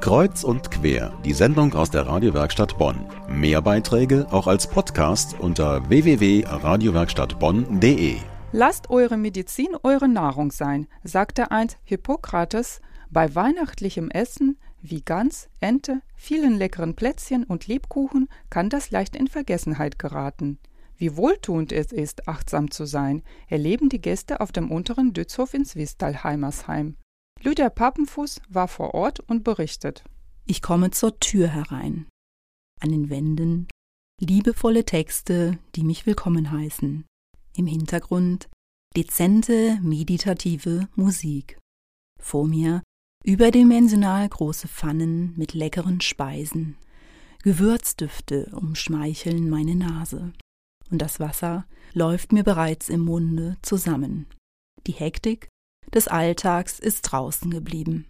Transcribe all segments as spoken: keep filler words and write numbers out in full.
Kreuz und quer, die Sendung aus der Radiowerkstatt Bonn. Mehr Beiträge auch als Podcast unter w w w punkt radiowerkstattbonn punkt d e. Lasst eure Medizin eure Nahrung sein, sagte einst Hippokrates bei weihnachtlichem Essen wie Gans, Ente, vielen leckeren Plätzchen und Lebkuchen kann das leicht in Vergessenheit geraten. Wie wohltuend es ist, achtsam zu sein, erleben die Gäste auf dem unteren Dützhof in Swistal-Heimersheim. Lydia Pappenfuß war vor Ort und berichtet. Ich komme zur Tür herein. An den Wänden liebevolle Texte, die mich willkommen heißen. Im Hintergrund dezente, meditative Musik. Vor mir überdimensional große Pfannen mit leckeren Speisen. Gewürzdüfte umschmeicheln meine Nase. Und das Wasser läuft mir bereits im Munde zusammen. Die Hektik des Alltags ist draußen geblieben.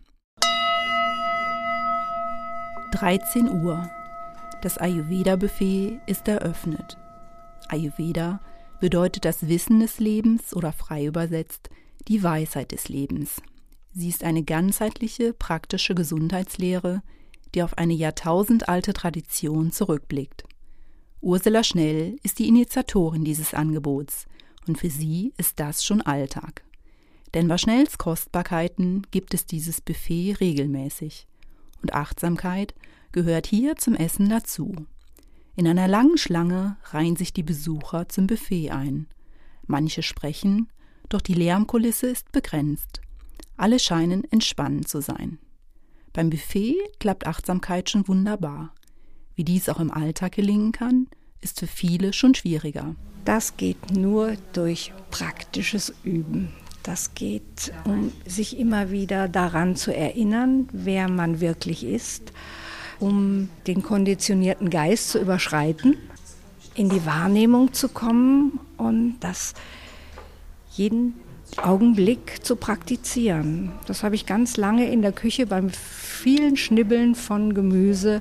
dreizehn Uhr. Das Ayurveda-Buffet ist eröffnet. Ayurveda bedeutet das Wissen des Lebens oder frei übersetzt die Weisheit des Lebens. Sie ist eine ganzheitliche, praktische Gesundheitslehre, die auf eine jahrtausendalte Tradition zurückblickt. Ursula Schnell ist die Initiatorin dieses Angebots und für sie ist das schon Alltag. Denn bei Schnells Kostbarkeiten gibt es dieses Buffet regelmäßig. Und Achtsamkeit gehört hier zum Essen dazu. In einer langen Schlange reihen sich die Besucher zum Buffet ein. Manche sprechen, doch die Lärmkulisse ist begrenzt. Alle scheinen entspannt zu sein. Beim Buffet klappt Achtsamkeit schon wunderbar. Wie dies auch im Alltag gelingen kann, ist für viele schon schwieriger. Das geht nur durch praktisches Üben. Das geht, um sich immer wieder daran zu erinnern, wer man wirklich ist, um den konditionierten Geist zu überschreiten, in die Wahrnehmung zu kommen und das jeden Augenblick zu praktizieren. Das habe ich ganz lange in der Küche beim vielen Schnibbeln von Gemüse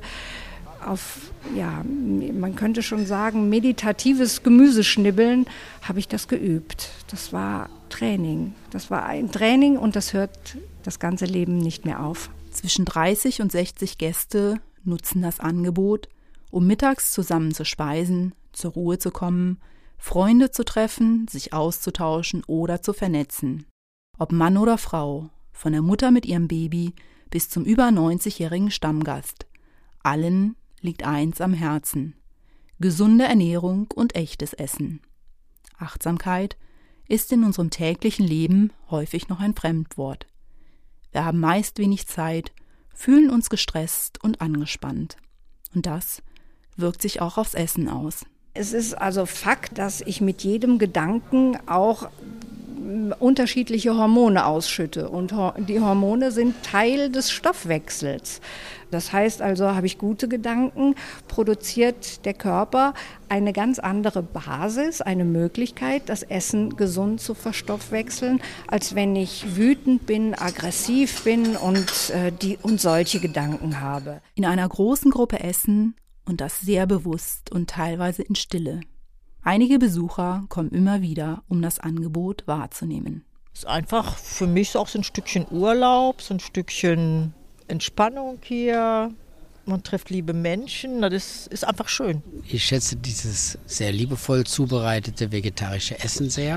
auf, ja, man könnte schon sagen, meditatives Gemüseschnibbeln habe ich das geübt. Das war Training. Das war ein Training und das hört das ganze Leben nicht mehr auf. Zwischen dreißig und sechzig Gäste nutzen das Angebot, um mittags zusammen zu speisen, zur Ruhe zu kommen, Freunde zu treffen, sich auszutauschen oder zu vernetzen. Ob Mann oder Frau, von der Mutter mit ihrem Baby bis zum über neunzigjährigen Stammgast. Allen liegt eins am Herzen: gesunde Ernährung und echtes Essen. Achtsamkeit ist in unserem täglichen Leben häufig noch ein Fremdwort. Wir haben meist wenig Zeit, fühlen uns gestresst und angespannt. Und das wirkt sich auch aufs Essen aus. Es ist also Fakt, dass ich mit jedem Gedanken auch unterschiedliche Hormone ausschütte. Und die Hormone sind Teil des Stoffwechsels. Das heißt also, habe ich gute Gedanken, produziert der Körper eine ganz andere Basis, eine Möglichkeit, das Essen gesund zu verstoffwechseln, als wenn ich wütend bin, aggressiv bin und, äh, die, und solche Gedanken habe. In einer großen Gruppe essen und das sehr bewusst und teilweise in Stille. Einige Besucher kommen immer wieder, um das Angebot wahrzunehmen. Es ist einfach für mich auch so ein Stückchen Urlaub, so ein Stückchen Entspannung hier. Man trifft liebe Menschen, das ist einfach schön. Ich schätze dieses sehr liebevoll zubereitete vegetarische Essen sehr.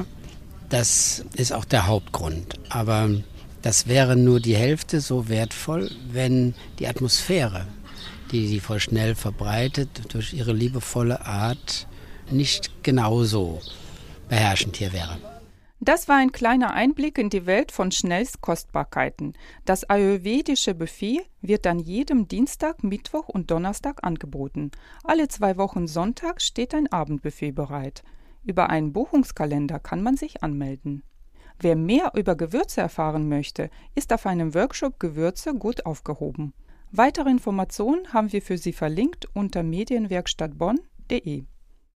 Das ist auch der Hauptgrund. Aber das wäre nur die Hälfte so wertvoll, wenn die Atmosphäre, die die Frau Schnell verbreitet, durch ihre liebevolle Art nicht genauso beherrschend hier wäre. Das war ein kleiner Einblick in die Welt von Schnells Kostbarkeiten. Das ayurvedische Buffet wird an jedem Dienstag, Mittwoch und Donnerstag angeboten. Alle zwei Wochen Sonntag steht ein Abendbuffet bereit. Über einen Buchungskalender kann man sich anmelden. Wer mehr über Gewürze erfahren möchte, ist auf einem Workshop Gewürze gut aufgehoben. Weitere Informationen haben wir für Sie verlinkt unter medienwerkstattbonn punkt de.